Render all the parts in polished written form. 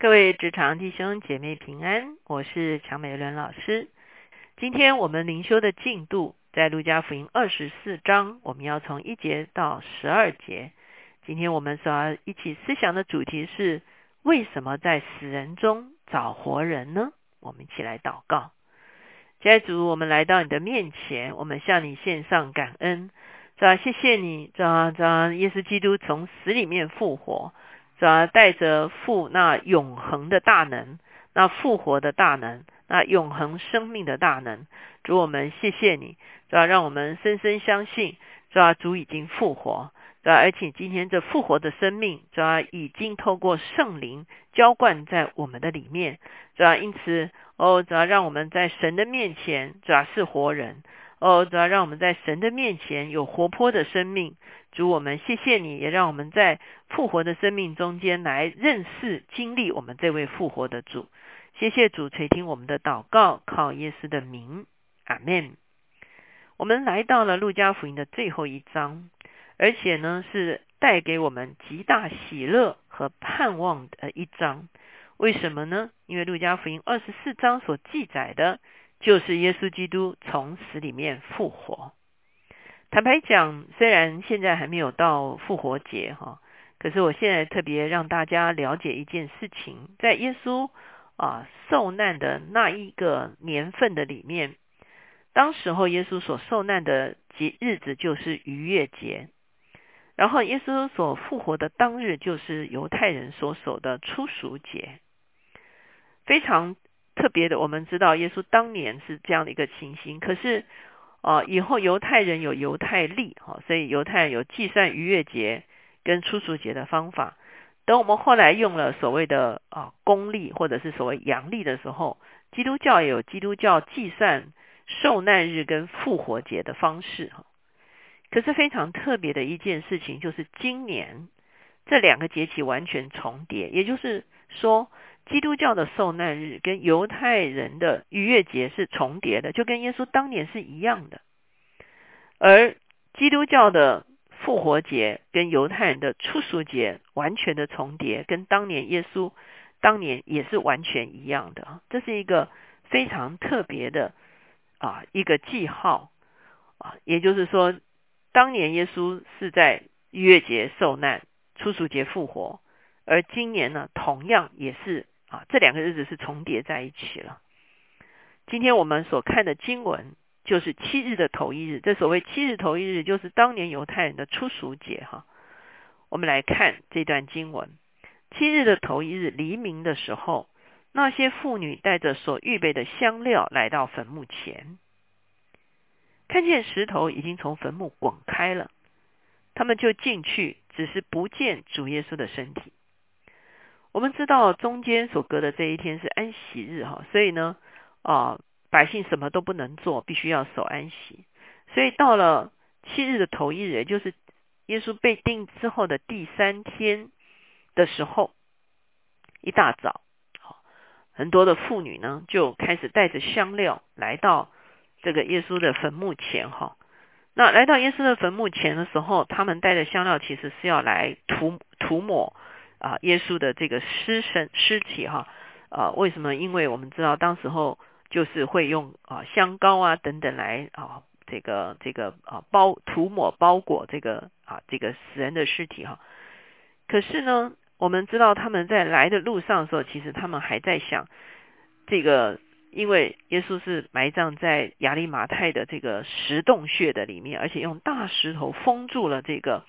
各位职场弟兄姐妹平安，我是乔美伦老师。今天我们灵修的进度在路加福音24章，我们要从1节到12节。今天我们所要一起思想的主题是：为什么在死人中找活人呢？我们一起来祷告。亲爱的主，我们来到你的面前，我们向你献上感恩。主啊，谢谢你，主啊，耶稣基督从死里面复活，主啊，带着父那永恒的大能，那复活的大能，那永恒生命的大能。主，我们谢谢你，主啊，让我们深深相信，主啊，主已经复活，主啊，而且今天这复活的生命，主啊，已经透过圣灵浇灌在我们的里面，主啊，因此主啊，让我们在神的面前，主啊，是活人。主要让我们在神的面前有活泼的生命。主，我们谢谢你，也让我们在复活的生命中间来认识经历我们这位复活的主。谢谢主垂听我们的祷告，靠耶稣的名，阿们。我们来到了路加福音的最后一章，而且呢是带给我们极大喜乐和盼望的一章。为什么呢？因为路加福音24章所记载的就是耶稣基督从死里面复活。坦白讲，虽然现在还没有到复活节可是我现在特别让大家了解一件事情，在耶稣受难的那一个年份的里面，当时候耶稣所受难的日子就是逾越节，然后耶稣所复活的当日就是犹太人所守的初熟节。非常特别的，我们知道耶稣当年是这样的一个情形，可是以后犹太人有犹太历，所以犹太人有计算逾越节跟初熟节的方法。等我们后来用了所谓的公历或者是所谓阳历的时候，基督教也有基督教计算受难日跟复活节的方式。可是非常特别的一件事情，就是今年这两个节期完全重叠，也就是说基督教的受难日跟犹太人的逾越节是重叠的，就跟耶稣当年是一样的。而基督教的复活节跟犹太人的初熟节完全的重叠，跟当年耶稣当年也是完全一样的。这是一个非常特别的一个记号也就是说当年耶稣是在逾越节受难，初熟节复活，而今年呢同样也是这两个日子是重叠在一起了。今天我们所看的经文就是7日的头一日，这所谓7日头一日就是当年犹太人的初熟节我们来看这段经文。7日的头一日黎明的时候，那些妇女带着所预备的香料来到坟墓前，看见石头已经从坟墓滚开了，他们就进去，只是不见主耶稣的身体。我们知道中间所隔的这一天是安息日所以呢百姓什么都不能做，必须要守安息。所以到了7日的头一日，也就是耶稣被钉之后的第3天的时候，一大早很多的妇女呢就开始带着香料来到这个耶稣的坟墓前那来到耶稣的坟墓前的时候，他们带着香料其实是要来涂抹耶稣的这个尸体为什么？因为我们知道当时候就是会用香膏等等来这个涂抹包裹这个死人的尸体可是呢，我们知道他们在来的路上的时候，其实他们还在想这个，因为耶稣是埋葬在亚利马太的这个石洞穴的里面，而且用大石头封住了这个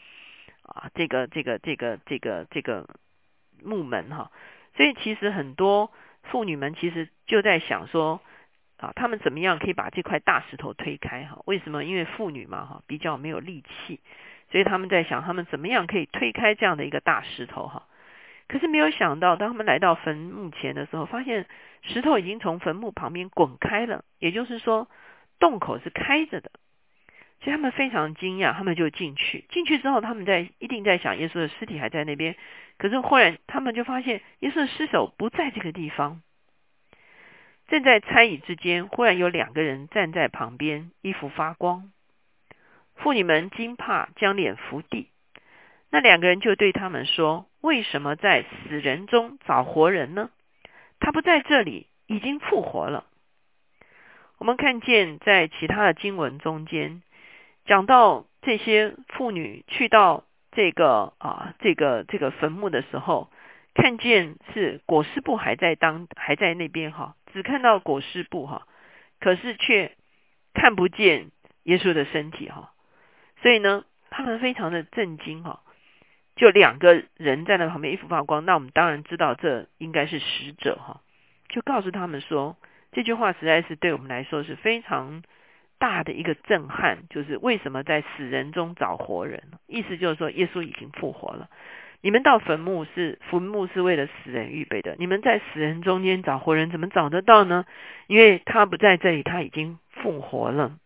墓门所以其实很多妇女们其实就在想说他们怎么样可以把这块大石头推开为什么？因为妇女嘛比较没有力气，所以他们在想他们怎么样可以推开这样的一个大石头可是没有想到，当他们来到坟墓前的时候，发现石头已经从坟墓旁边滚开了，也就是说洞口是开着的。所以他们非常惊讶，他们就进去之后，他们一定在想耶稣的尸体还在那边，可是忽然他们就发现耶稣的尸首不在这个地方。正在猜疑之间，忽然有2个人站在旁边，衣服发光。妇女们惊怕，将脸伏地。 那两个人就对他们说，为什么在死人中找活人呢？他不在这里，已经复活了。我们看见在其他的经文中间讲到这些妇女去到这个坟墓的时候，看见是裹尸布还在那边哈，只看到裹尸布哈，可是却看不见耶稣的身体哈。所以呢，他们非常的震惊哈，就两个人在那旁边衣服发光，那我们当然知道这应该是使者哈，就告诉他们说，这句话实在是对我们来说是非常大的一个震撼，就是为什么在死人中找活人？意思就是说，耶稣已经复活了。你们到坟墓是为了死人预备的，你们在死人中间找活人，怎么找得到呢？因为他不在这里，他已经复活了。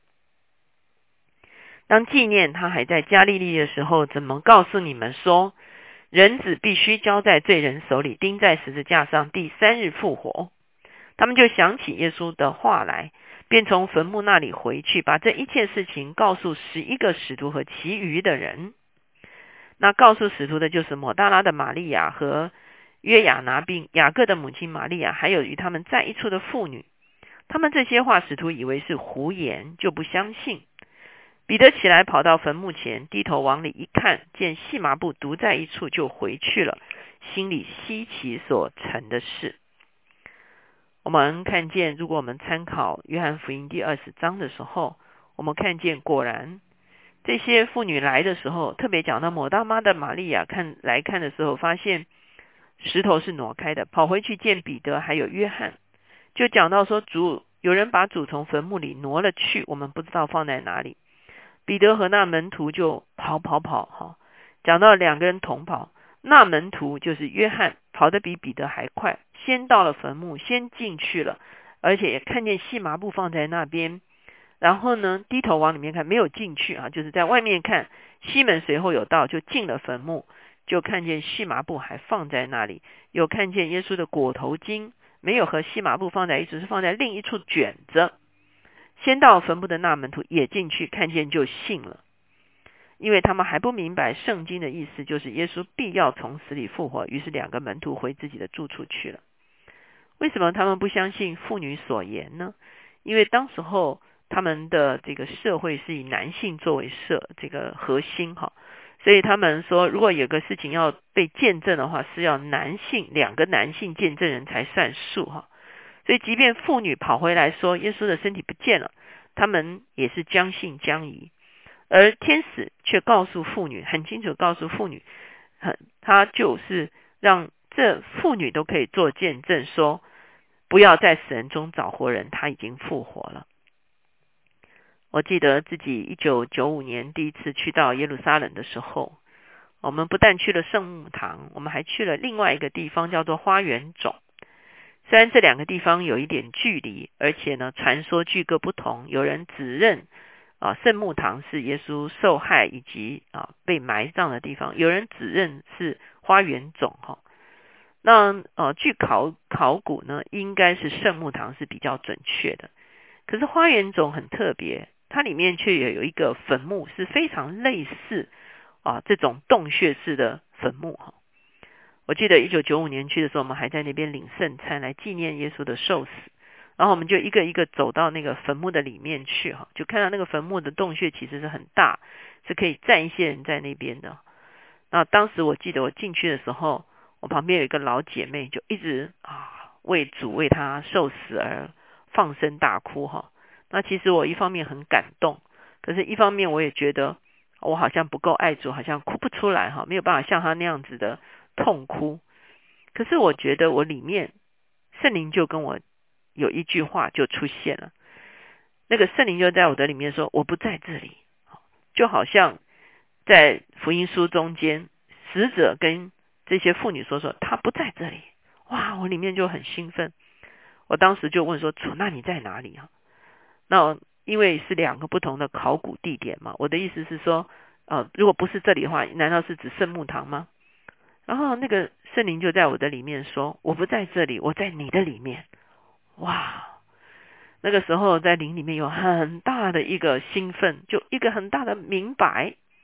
当纪念他还在加利利的时候，怎么告诉你们说，人子必须交在罪人手里，钉在十字架上，第3日复活？他们就想起耶稣的话来，便从坟墓那里回去，把这一切事情告诉11个使徒和其余的人。那告诉使徒的就是抹大拉的玛利亚和约亚拿并雅各的母亲玛利亚，还有与他们在一处的妇女。他们这些话使徒以为是胡言，就不相信。彼得起来跑到坟墓前，低头往里一看，见细麻布独在一处，就回去了，心里稀奇所成的事。我们看见，如果我们参考约翰福音第20章的时候，我们看见果然这些妇女来的时候，特别讲到抹大拉的玛利亚来看的时候，发现石头是挪开的，跑回去见彼得还有约翰，就讲到说，有人把主从坟墓里挪了去，我们不知道放在哪里。彼得和那门徒就跑讲到两个人同跑，那门徒就是约翰，跑得比彼得还快，先到了坟墓，先进去了，而且也看见细麻布放在那边，然后呢低头往里面看，没有进去啊，就是在外面看。西门随后有到，就进了坟墓，就看见细麻布还放在那里，有看见耶稣的裹头巾没有和细麻布放在一起，是放在另一处卷着。先到坟墓的那门徒也进去，看见就信了，因为他们还不明白圣经的意思，就是耶稣必要从死里复活。于是两个门徒回自己的住处去了。为什么他们不相信妇女所言呢？因为当时候他们的这个社会是以男性作为这个核心哈，所以他们说，如果有个事情要被见证的话，是要两个男性见证人才算数哈。所以即便妇女跑回来说耶稣的身体不见了，他们也是将信将疑。而天使却告诉妇女，很清楚告诉妇女，他就是让这妇女都可以做见证，说不要在死人中找活人，他已经复活了。我记得自己1995年第一次去到耶路撒冷的时候，我们不但去了圣母堂，我们还去了另外一个地方叫做花园冢。虽然这两个地方有一点距离，而且呢传说具各不同，有人指认圣墓堂是耶稣受害以及被埋葬的地方，有人指认是花园冢哈。那据考古呢，应该是圣墓堂是比较准确的。可是花园冢很特别，它里面却有一个坟墓是非常类似这种洞穴式的坟墓哈。我记得1995年去的时候，我们还在那边领圣餐来纪念耶稣的受死，然后我们就一个一个走到那个坟墓的里面去哈，就看到那个坟墓的洞穴其实是很大，是可以站一些人在那边的。那当时我记得我进去的时候，我旁边有一个老姐妹就一直为主为他受死而放声大哭哈。那其实我一方面很感动，可是一方面我也觉得我好像不够爱主，好像哭不出来哈，没有办法像他那样子的痛哭。可是我觉得我里面圣灵就跟我有一句话就出现了，那个圣灵就在我的里面说，我不在这里，就好像在福音书中间使者跟这些妇女说他不在这里。哇，我里面就很兴奋。我当时就问说，主，那你在哪里啊？那因为是两个不同的考古地点嘛，我的意思是说如果不是这里的话，难道是指圣墓堂吗？然后那个圣灵就在我的里面说，我不在这里，我在你的里面。哇，那个时候在灵里面有很大的一个兴奋，就一个很大的明白。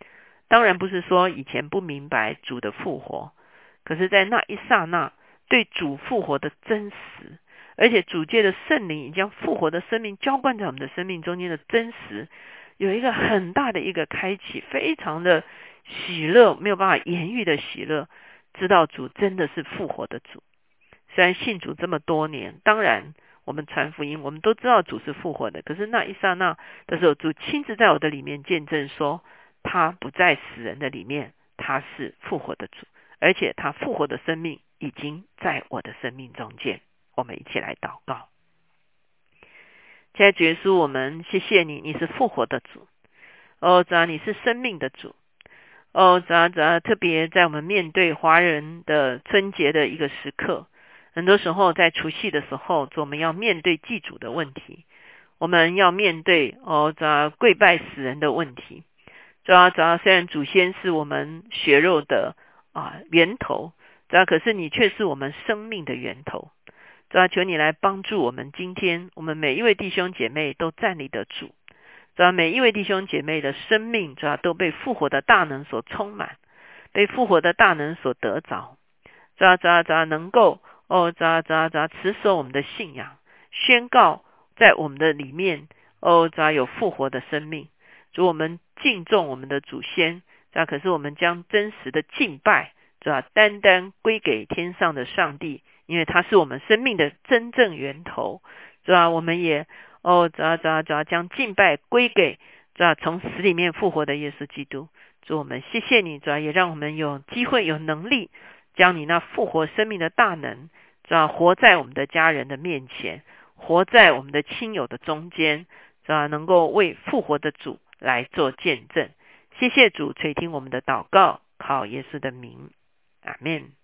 当然不是说以前不明白主的复活，可是在那一刹那，对主复活的真实，而且主借的圣灵已将复活的生命浇灌在我们的生命中间的真实，有一个很大的一个开启，非常的喜乐，没有办法言喻的喜乐，知道主真的是复活的主。虽然信主这么多年，当然我们传福音，我们都知道主是复活的，可是那一刹那的时候，主亲自在我的里面见证说，他不在死人的里面，他是复活的主，而且他复活的生命已经在我的生命中间。我们一起来祷告。亲爱的主耶稣，我们谢谢你，你是复活的主。主啊，你是生命的主。主啊，特别在我们面对华人的春节的一个时刻，很多时候在除夕的时候，我们要面对祭祖的问题，我们要面对跪拜死人的问题。主啊，虽然祖先是我们血肉的源头，可是你却是我们生命的源头。主啊，求你来帮助我们，今天我们每一位弟兄姐妹都站立得住。主啊，每一位弟兄姐妹的生命，主啊，都被复活的大能所充满，被复活的大能所得着。主啊，能够持守我们的信仰，宣告在我们的里面，主啊，有复活的生命。主，我们敬重我们的祖先，主啊，可是我们将真实的敬拜，主啊，单单归给天上的上帝，因为他是我们生命的真正源头。主啊，我们也主啊，将敬拜归给主啊，从死里面复活的耶稣基督。主，我们谢谢你，主啊，也让我们有机会有能力将你那复活生命的大能，主啊，活在我们的家人的面前，活在我们的亲友的中间，主啊，能够为复活的主来做见证。谢谢主垂听我们的祷告，靠耶稣的名，阿们。